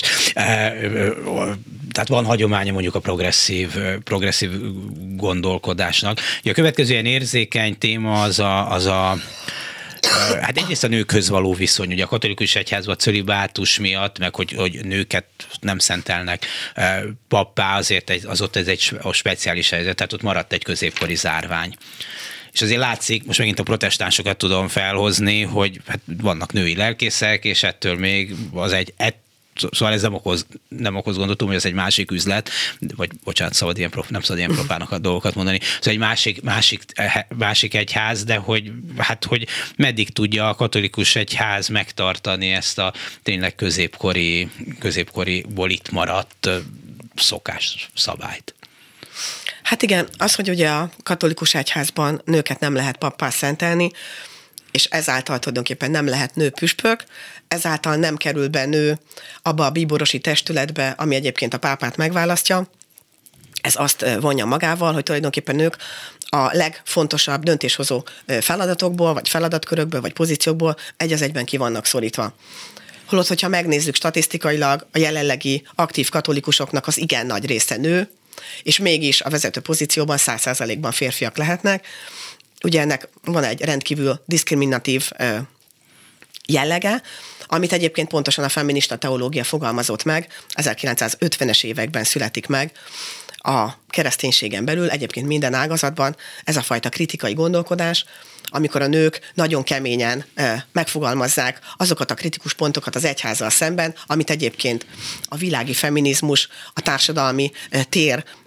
Tehát van hagyománya mondjuk a progresszív, progresszív gondolkodásnak. A következő ilyen érzékeny téma az a, az a hát egyrészt a nőkhöz való viszony, ugye a katolikus egyházban cölibátus miatt, meg hogy, hogy nőket nem szentelnek pappá, azért egy, az ott ez egy speciális helyzet, tehát ott maradt egy középkori zárvány. És azért látszik, most megint a protestánsokat tudom felhozni, hogy hát vannak női lelkészek, és ettől még az egy, ett, szóval ez nem okoz, nem okoz gondot, hogy ez egy másik üzlet, vagy bocsánat, szabad ilyen prof, nem szabad ilyen profának a dolgokat mondani, szóval egy másik, másik, másik egyház, de hogy, hát, hogy meddig tudja a katolikus egyház megtartani ezt a tényleg középkori, középkoriból itt maradt szokás szabályt. Hát igen, az, hogy ugye a katolikus egyházban nőket nem lehet pappá szentelni, és ezáltal tulajdonképpen nem lehet nő püspök, ezáltal nem kerül be nő abba a bíborosi testületbe, ami egyébként a pápát megválasztja. Ez azt vonja magával, hogy tulajdonképpen nők a legfontosabb döntéshozó feladatokból, vagy feladatkörökből, vagy pozíciókból egy az egyben ki vannak szorítva. Holott, hogyha megnézzük statisztikailag, a jelenlegi aktív katolikusoknak az igen nagy része nő, és mégis a vezető pozícióban száz százalékban férfiak lehetnek. Ugye ennek van egy rendkívül diszkriminatív jellege, amit egyébként pontosan a feminista teológia fogalmazott meg, ezerkilencszázötvenes években születik meg a kereszténységen belül, egyébként minden ágazatban ez a fajta kritikai gondolkodás, amikor a nők nagyon keményen e, megfogalmazzák azokat a kritikus pontokat az egyházzal szemben, amit egyébként a világi feminizmus, a társadalmi e, tér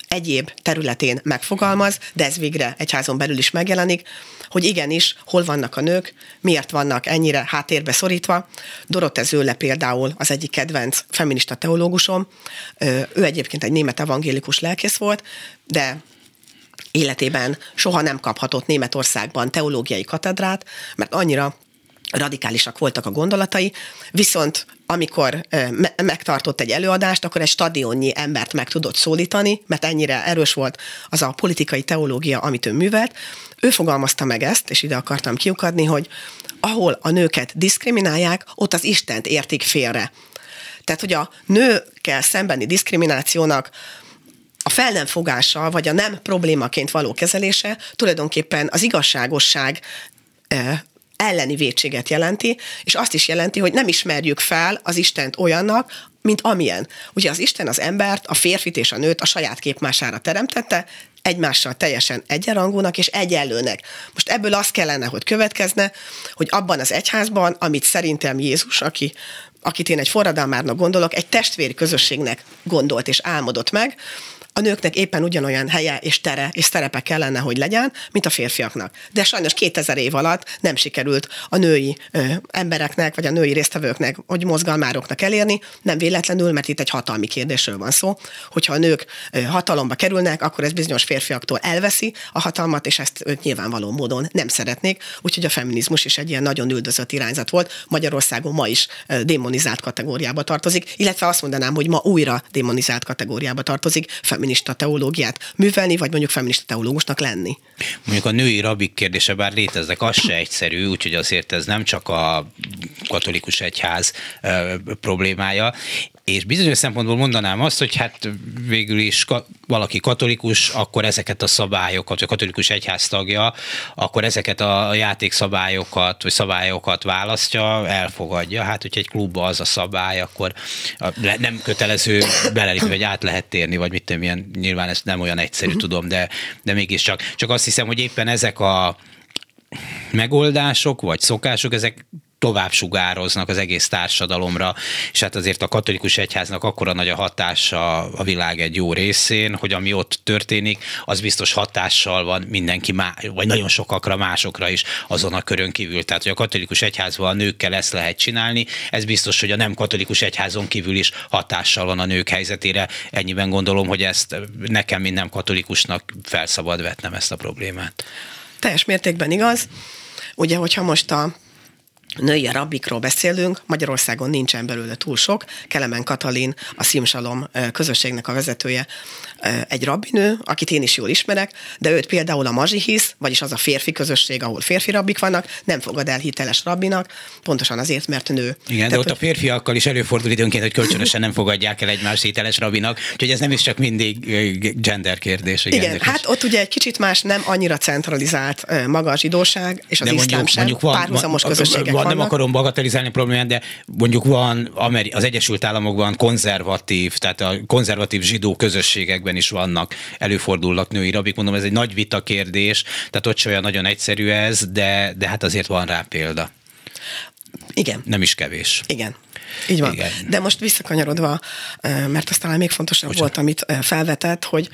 egyéb területén megfogalmaz, de ez végre egyházon belül is megjelenik, hogy igenis, hol vannak a nők, miért vannak ennyire háttérbe szorítva. Dorothee Sölle például az egyik kedvenc feminista teológusom, ő egyébként egy német evangélikus lelkész volt, de életében soha nem kaphatott Németországban teológiai katedrát, mert annyira radikálisak voltak a gondolatai, viszont amikor me- megtartott egy előadást, akkor egy stadionnyi embert meg tudott szólítani, mert ennyire erős volt az a politikai teológia, amit ő művelt. Ő fogalmazta meg ezt, és ide akartam kiukadni, hogy ahol a nőket diszkriminálják, ott az Istent értik félre. Tehát, hogy a nőkkel szembeni diszkriminációnak a fel nem fogása, vagy a nem problémaként való kezelése tulajdonképpen az igazságosság elleni vétséget jelenti, és azt is jelenti, hogy nem ismerjük fel az Istent olyannak, mint amilyen. Ugye az Isten az embert, a férfit és a nőt a saját képmására teremtette, egymással teljesen egyenrangúnak és egyenlőnek. Most ebből az kellene, hogy következne, hogy abban az egyházban, amit szerintem Jézus, aki, akit én egy forradalmárnak gondolok, egy testvéri közösségnek gondolt és álmodott meg, a nőknek éppen ugyanolyan helye és tere és szerepe kellene, hogy legyen, mint a férfiaknak. De sajnos kétezer év alatt nem sikerült a női ö, embereknek, vagy a női résztvevőknek, vagy mozgalmároknak elérni, nem véletlenül, mert itt egy hatalmi kérdésről van szó. Hogyha a nők ö, hatalomba kerülnek, akkor ez bizonyos férfiaktól elveszi a hatalmat, és ezt ők nyilvánvaló módon nem szeretnék. Úgyhogy a feminizmus is egy ilyen nagyon üldözött irányzat volt. Magyarországon ma is ö, démonizált kategóriába tartozik, illetve azt mondanám, hogy ma újra démonizált kategóriába tartozik, feminista teológiát művelni, vagy mondjuk feminista teológusnak lenni. Mondjuk a női rabbik kérdése, bár léteznek, az se egyszerű, úgyhogy azért ez nem csak a katolikus egyház ö, problémája, és bizonyos szempontból mondanám azt, hogy hát végül is ka- valaki katolikus, akkor ezeket a szabályokat, vagy katolikus egyház tagja, akkor ezeket a játékszabályokat, vagy szabályokat választja, elfogadja. Hát, hogyha egy klubban az a szabály, akkor nem kötelező belelépni, vagy át lehet térni, vagy mit tudom, ilyen, nyilván ez nem olyan egyszerű, tudom, de, de mégiscsak. Csak azt hiszem, hogy éppen ezek a megoldások, vagy szokások, ezek tovább sugároznak az egész társadalomra, és hát azért a katolikus egyháznak akkora nagy a hatása a világ egy jó részén, hogy ami ott történik, az biztos hatással van mindenki más, vagy nagyon sokakra, másokra is azon a körön kívül. Tehát, hogy a katolikus egyházban a nőkkel ezt lehet csinálni, ez biztos, hogy a nem katolikus egyházon kívül is hatással van a nők helyzetére. Ennyiben gondolom, hogy ezt nekem, mint nem katolikusnak felszabad vetnem ezt a problémát. Teljes mértékben igaz. Ugye, hogyha most a női rabbikról beszélünk, Magyarországon nincsen belőle túl sok. Kelemen Katalin, a Szimsalom közösségnek a vezetője, egy rabbinő, akit én is jól ismerek, de őt például a mazsihisz, vagyis az a férfi közösség, ahol férfi rabbik vannak, nem fogad el hiteles rabbinak, pontosan azért, mert nő. Igen, Tehát, de ott hogy... a férfiakkal is előfordul időnként, hogy kölcsönösen nem fogadják el egymást hiteles rabbinak, úgyhogy ez nem is csak mindig gender kérdés. Igen, igen hát ott ugye egy kicsit más, nem annyira centralizált maga a zsidóság, és az iszlám sem, mondjuk van, párhuzamos van, közösségek van, vannak. Nem akarom bagatelizálni a problémát, de mondjuk van az Egyesült Államokban konzervatív, tehát a konzervatív zsidó közösségekben is vannak, előfordulnak női rabbik. Mondom, ez egy nagy vita kérdés, tehát ott sem olyan nagyon egyszerű ez, de, de hát azért van rá példa. Igen. Nem is kevés. Igen. Így van. Igen. De most visszakanyarodva, mert aztán még fontosabb Bocsán. volt, amit felvetett, hogy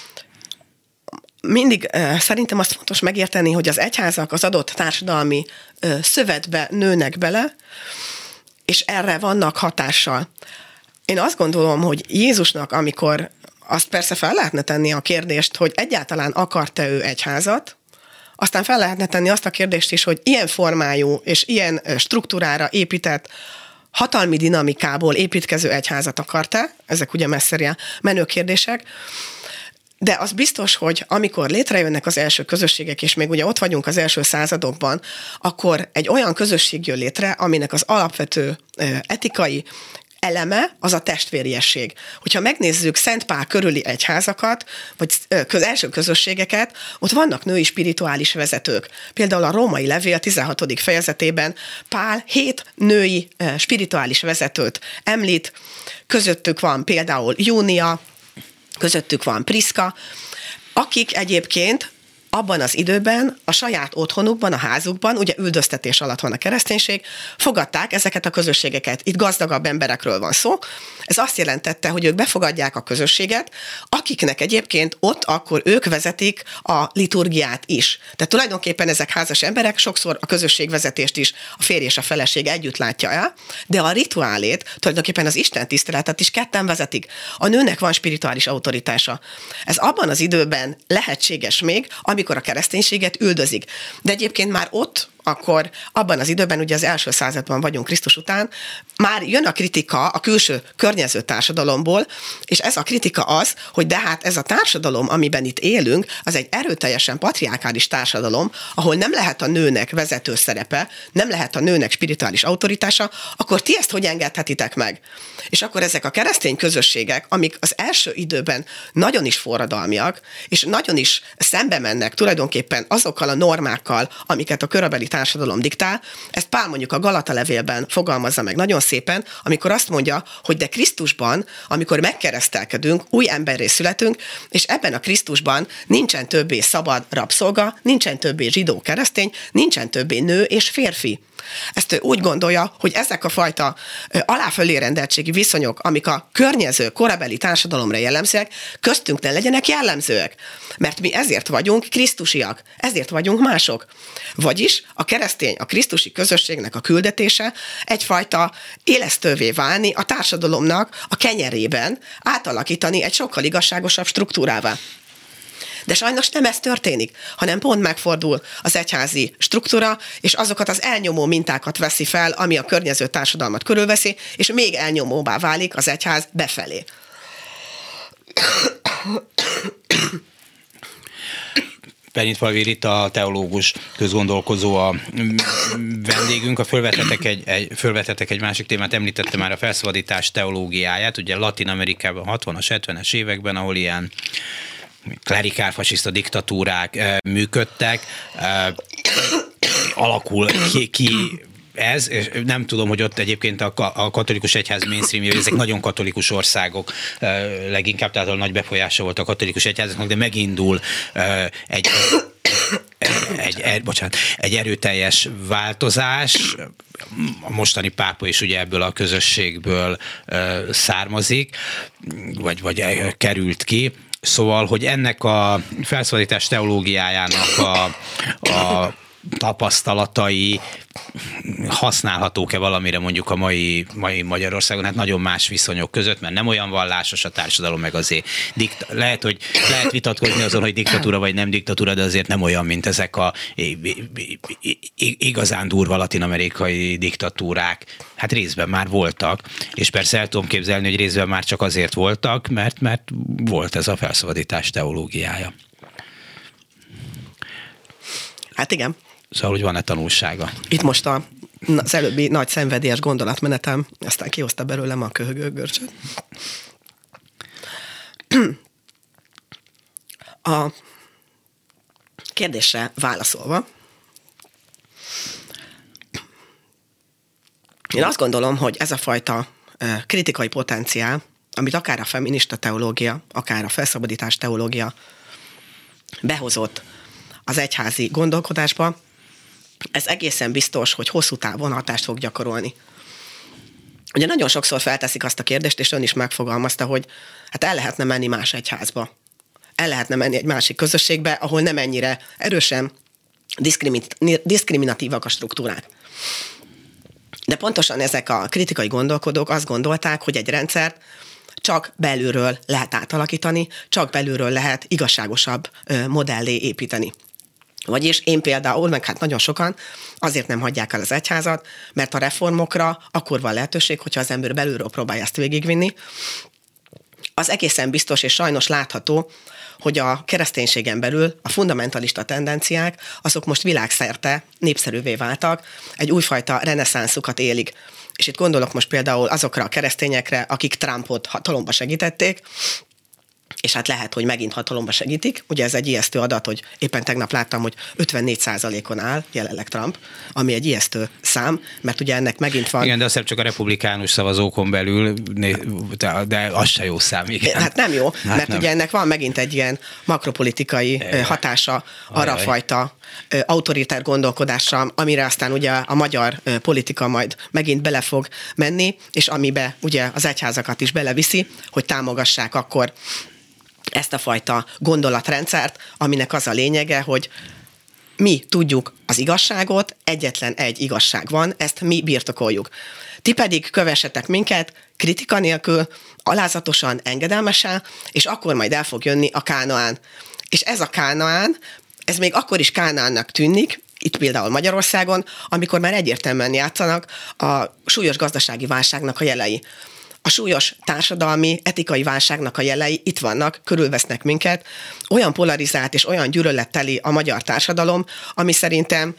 mindig uh, szerintem azt fontos megérteni, hogy az egyházak az adott társadalmi uh, szövetbe nőnek bele, és erre vannak hatással. Én azt gondolom, hogy Jézusnak, amikor azt persze fel lehetne tenni a kérdést, hogy egyáltalán akart-e ő egyházat, aztán fel lehetne tenni azt a kérdést is, hogy ilyen formájú és ilyen struktúrára épített hatalmi dinamikából építkező egyházat akart-e, ezek ugye messzire menő kérdések, de az biztos, hogy amikor létrejönnek az első közösségek, és még ugye ott vagyunk az első századokban, akkor egy olyan közösség jön létre, aminek az alapvető etikai eleme az a testvériesség. Hogyha megnézzük Szent Pál körüli egyházakat, vagy az első közösségeket, ott vannak női spirituális vezetők. Például a római levél tizenhatodik fejezetében Pál hét női spirituális vezetőt említ, közöttük van például Júnia, közöttük van Priszka, akik egyébként abban az időben a saját otthonukban, a házukban, ugye üldöztetés alatt van a kereszténység, fogadták ezeket a közösségeket. Itt gazdagabb emberekről van szó. Ez azt jelentette, hogy ők befogadják a közösséget, akiknek egyébként ott akkor ők vezetik a liturgiát is. Tehát tulajdonképpen ezek házas emberek, sokszor a közösségvezetést is a férj és a feleség együtt látja el, de a rituálét, tulajdonképpen az Isten tiszteletet is ketten vezetik. A nőnek van spirituális autoritása. Ez abban az időben lehetséges még, amikor a kereszténységet üldözik. De egyébként már ott, akkor abban az időben, ugye az első században vagyunk Krisztus után, már jön a kritika a külső környező társadalomból, és ez a kritika az, hogy de hát ez a társadalom, amiben itt élünk, az egy erőteljesen patriarkális társadalom, ahol nem lehet a nőnek vezető szerepe, nem lehet a nőnek spirituális autoritása, akkor ti ezt hogy engedhetitek meg? És akkor ezek a keresztény közösségek, amik az első időben nagyon is forradalmiak, és nagyon is szembe mennek tulajdonképpen azokkal a normákkal, amiket a korabeli társadalom diktál, ezt Pál mondjuk a Galata levélben fogalmazza meg nagyon szépen, amikor azt mondja, hogy de Krisztusban, amikor megkeresztelkedünk, új emberré születünk, és ebben a Krisztusban nincsen többé szabad rabszolga, nincsen többé zsidó keresztény, nincsen többé nő és férfi. Ezt ő úgy gondolja, hogy ezek a fajta aláfölé rendeltségi viszonyok, amik a környező korabeli társadalomra jellemzőek, köztünk ne legyenek jellemzőek. Mert mi ezért vagyunk krisztusiak, ezért vagyunk mások. Vagyis a keresztény, a krisztusi közösségnek a küldetése egyfajta élesztővé válni a társadalomnak a kenyerében, átalakítani egy sokkal igazságosabb struktúrává. De sajnos nem ez történik, hanem pont megfordul az egyházi struktúra, és azokat az elnyomó mintákat veszi fel, ami a környező társadalmat körülveszi, és még elnyomóbbá válik az egyház befelé. Perint Palvi Rita, teológus, közgondolkozó a vendégünk. A fölvetetek egy, egy, fölvetetek egy másik témát, említette már a felszabadítás teológiáját, ugye Latin Amerikában hatvanas, hetvenes években, ahol ilyen klerikál fasiszta diktatúrák e, működtek, e, alakul ki, ki ez, és nem tudom, hogy ott egyébként a, a katolikus egyház mainstreamje, ezek nagyon katolikus országok e, leginkább, tehát nagy befolyása volt a katolikus egyházaknak, de megindul e, egy Egy, egy, bocsánat, egy erőteljes változás. A mostani pápa is ugye ebből a közösségből e, származik, vagy, vagy került ki. Szóval, hogy ennek a felszabadítás teológiájának a, a tapasztalatai használhatók-e valamire mondjuk a mai, mai Magyarországon? Hát nagyon más viszonyok között, mert nem olyan vallásos a társadalom, meg azért dikta- lehet, hogy lehet vitatkozni azon, hogy diktatúra vagy nem diktatúra, de azért nem olyan, mint ezek a igazán durva latin-amerikai diktatúrák. Hát részben már voltak, és persze el tudom képzelni, hogy részben már csak azért voltak, mert, mert volt ez a felszabadítás teológiája. Hát igen. Szóval, hogy van-e tanulsága? Itt most a, az előbbi nagy szenvedélyes gondolatmenetem, aztán kihozta belőlem a köhögő görcsöt. A kérdésre válaszolva, én azt gondolom, hogy ez a fajta kritikai potenciál, amit akár a feminista teológia, akár a felszabadítás teológia behozott az egyházi gondolkodásba, ez egészen biztos, hogy hosszú távon hatást fog gyakorolni. Ugye nagyon sokszor felteszik azt a kérdést, és ön is megfogalmazta, hogy hát el lehetne menni más egyházba. El lehetne menni egy másik közösségbe, ahol nem ennyire erősen diszkriminatívak a struktúrák. De pontosan ezek a kritikai gondolkodók azt gondolták, hogy egy rendszert csak belülről lehet átalakítani, csak belülről lehet igazságosabb modellé építeni. Vagyis én például, meg hát nagyon sokan azért nem hagyják el az egyházat, mert a reformokra akkor van lehetőség, hogyha az ember belülről próbálja ezt végigvinni. Az egészen biztos és sajnos látható, hogy a kereszténységen belül a fundamentalista tendenciák, azok most világszerte népszerűvé váltak, egy újfajta reneszánszukat élik. És itt gondolok most például azokra a keresztényekre, akik Trumpot hatalomba segítették, és hát lehet, hogy megint hatalomba segítik. Ugye ez egy ijesztő adat, hogy éppen tegnap láttam, hogy ötvennégy százalékon áll jelenleg Trump, ami egy ijesztő szám, mert ugye ennek megint van... Igen, de azt csak a republikánus szavazókon belül, de az se jó szám, igen. Hát nem jó, hát mert nem. ugye ennek van megint egy ilyen makropolitikai hatása arra Ajaj. fajta autoritár gondolkodásra, amire aztán ugye a magyar politika majd megint bele fog menni, és amibe ugye az egyházakat is beleviszi, hogy támogassák akkor ezt a fajta gondolatrendszert, aminek az a lényege, hogy mi tudjuk az igazságot, egyetlen egy igazság van, ezt mi birtokoljuk. Ti pedig kövessetek minket kritika nélkül, alázatosan, engedelmesen, és akkor majd el fog jönni a Kánaán. És ez a Kánaán, ez még akkor is Kánaánnak tűnik, itt például Magyarországon, amikor már egyértelműen játszanak a súlyos gazdasági válságnak a jelei. A súlyos társadalmi, etikai válságnak a jelei itt vannak, körülvesznek minket. Olyan polarizált és olyan gyűlöletteli a magyar társadalom, ami szerintem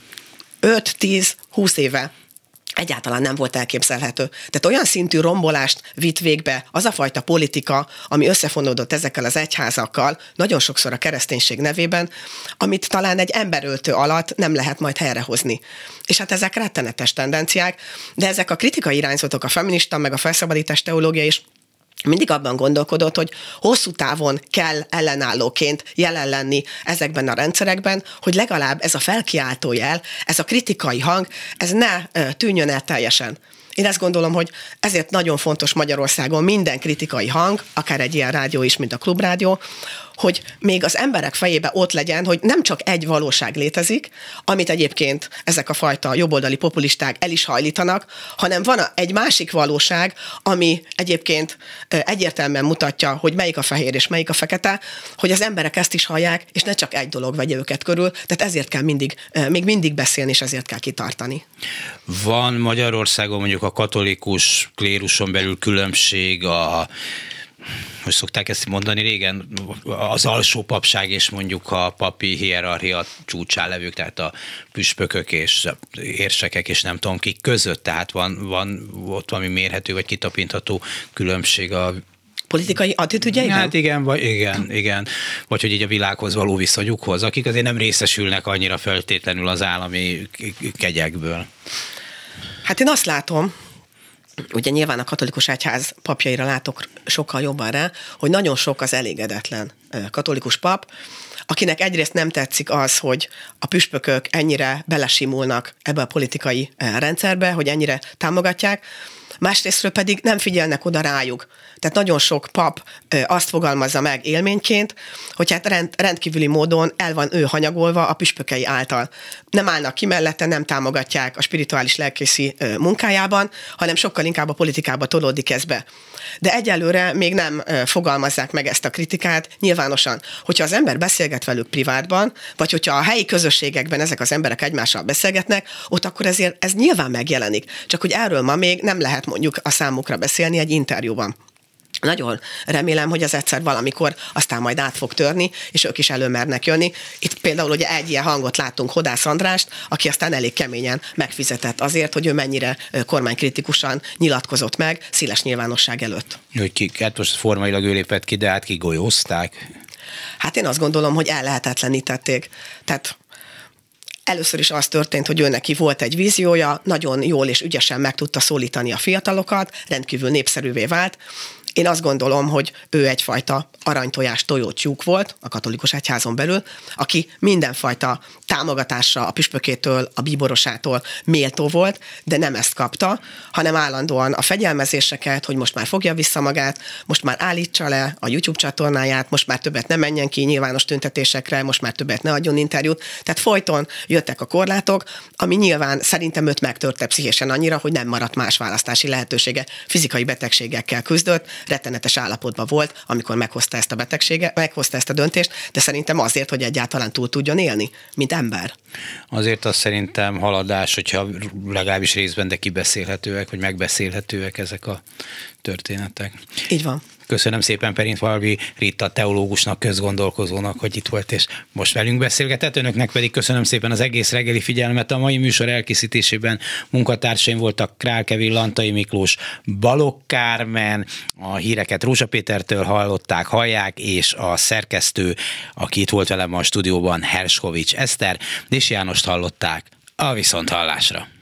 öt, tíz, húsz éve egyáltalán nem volt elképzelhető. Tehát olyan szintű rombolást vitt végbe az a fajta politika, ami összefonódott ezekkel az egyházakkal, nagyon sokszor a kereszténység nevében, amit talán egy emberöltő alatt nem lehet majd helyrehozni. És hát ezek rettenetes tendenciák, de ezek a kritikai irányzatok, a feminista, meg a felszabadítás teológia is mindig abban gondolkodott, hogy hosszú távon kell ellenállóként jelen lenni ezekben a rendszerekben, hogy legalább ez a felkiáltó jel, ez a kritikai hang, ez ne tűnjön el teljesen. Én ezt gondolom, hogy ezért nagyon fontos Magyarországon minden kritikai hang, akár egy ilyen rádió is, mint a Klubrádió, hogy még az emberek fejébe ott legyen, hogy nem csak egy valóság létezik, amit egyébként ezek a fajta jobboldali populisták el is hajlítanak, hanem van egy másik valóság, ami egyébként egyértelműen mutatja, hogy melyik a fehér és melyik a fekete, hogy az emberek ezt is hallják, és ne csak egy dolog vegye őket körül, tehát ezért kell mindig, még mindig beszélni, és ezért kell kitartani. Van Magyarországon mondjuk a katolikus kléruson belül különbség a hogy szokták ezt mondani régen, az alsó papság és mondjuk a papi hierarchia csúcsán levők, tehát a püspökök és érsekek és nem tudom kik között, tehát van, van ott valami mérhető vagy kitapintható különbség a politikai attitűdjeiben? Hát igen, vagy igen, igen. Vagy hogy így a világhoz való viszonyukhoz, akik azért nem részesülnek annyira feltétlenül az állami kegyekből. Hát én azt látom, ugye nyilván a katolikus egyház papjaira látok sokkal jobban rá, hogy nagyon sok az elégedetlen katolikus pap, akinek egyrészt nem tetszik az, hogy a püspökök ennyire belesimulnak ebbe a politikai rendszerbe, hogy ennyire támogatják, másrésztről pedig nem figyelnek oda rájuk. Tehát nagyon sok pap azt fogalmazza meg élményként, hogy hát rend, rendkívüli módon el van ő hanyagolva a püspökei által. Nem állnak ki mellette, nem támogatják a spirituális lelkészi munkájában, hanem sokkal inkább a politikába tolódik ez be. De egyelőre még nem fogalmazzák meg ezt a kritikát nyilvánosan. Hogyha az ember beszélget velük privátban, vagy hogyha a helyi közösségekben ezek az emberek egymással beszélgetnek, ott akkor ezért ez nyilván megjelenik. Csak hogy erről ma még nem lehet mondjuk a számukra beszélni egy interjúban. Nagyon remélem, hogy ez egyszer valamikor aztán majd át fog törni, és ők is előmernek jönni. Itt például ugye egy ilyen hangot láttunk, Hodász Andrást, aki aztán elég keményen megfizetett azért, hogy ő mennyire kormánykritikusan nyilatkozott meg széles nyilvánosság előtt. Hogy ki, hát most formailag ő lépett ki, de hát kigolyózták. Hát én azt gondolom, hogy ellehetetlenítették. Tehát először is az történt, hogy ő neki volt egy víziója, nagyon jól és ügyesen meg tudta szólítani a fiatalokat, rendkívül népszerűvé vált. Én azt gondolom, hogy ő egyfajta aranytojás tojó tyúk volt a katolikus egyházon belül, aki mindenfajta támogatásra a püspökétől, a bíborosától méltó volt, de nem ezt kapta, hanem állandóan a fegyelmezéseket, hogy most már fogja vissza magát, most már állítsa le a YouTube csatornáját, most már többet ne menjen ki nyilvános tüntetésekre, most már többet ne adjon interjút. Tehát folyton jöttek a korlátok, ami nyilván szerintem őt megtörte pszichésen annyira, hogy nem maradt más választási lehetősége. Fizikai betegségekkel küzdött, rettenetes állapotban volt, amikor meghozta ezt a betegséget, meghozta ezt a döntést, de szerintem azért, hogy egyáltalán túl tudjon élni, mint ember. Azért az szerintem haladás, hogyha legalábbis részben, de kibeszélhetőek, vagy megbeszélhetőek ezek a történetek. Így van. Köszönöm szépen Perintfalvi Ritta teológusnak, közgondolkozónak, hogy itt volt és most velünk beszélgetett. Önöknek pedig köszönöm szépen az egész reggeli figyelmet. A mai műsor elkészítésében munkatársaim voltak Král Kevin, Lantai Miklós, Balogh Kármen, a híreket Rózsa Pétertől hallották, hallják, és a szerkesztő, aki itt volt velem a stúdióban, Herskovics Eszter, és Jánost hallották. A viszonthallásra.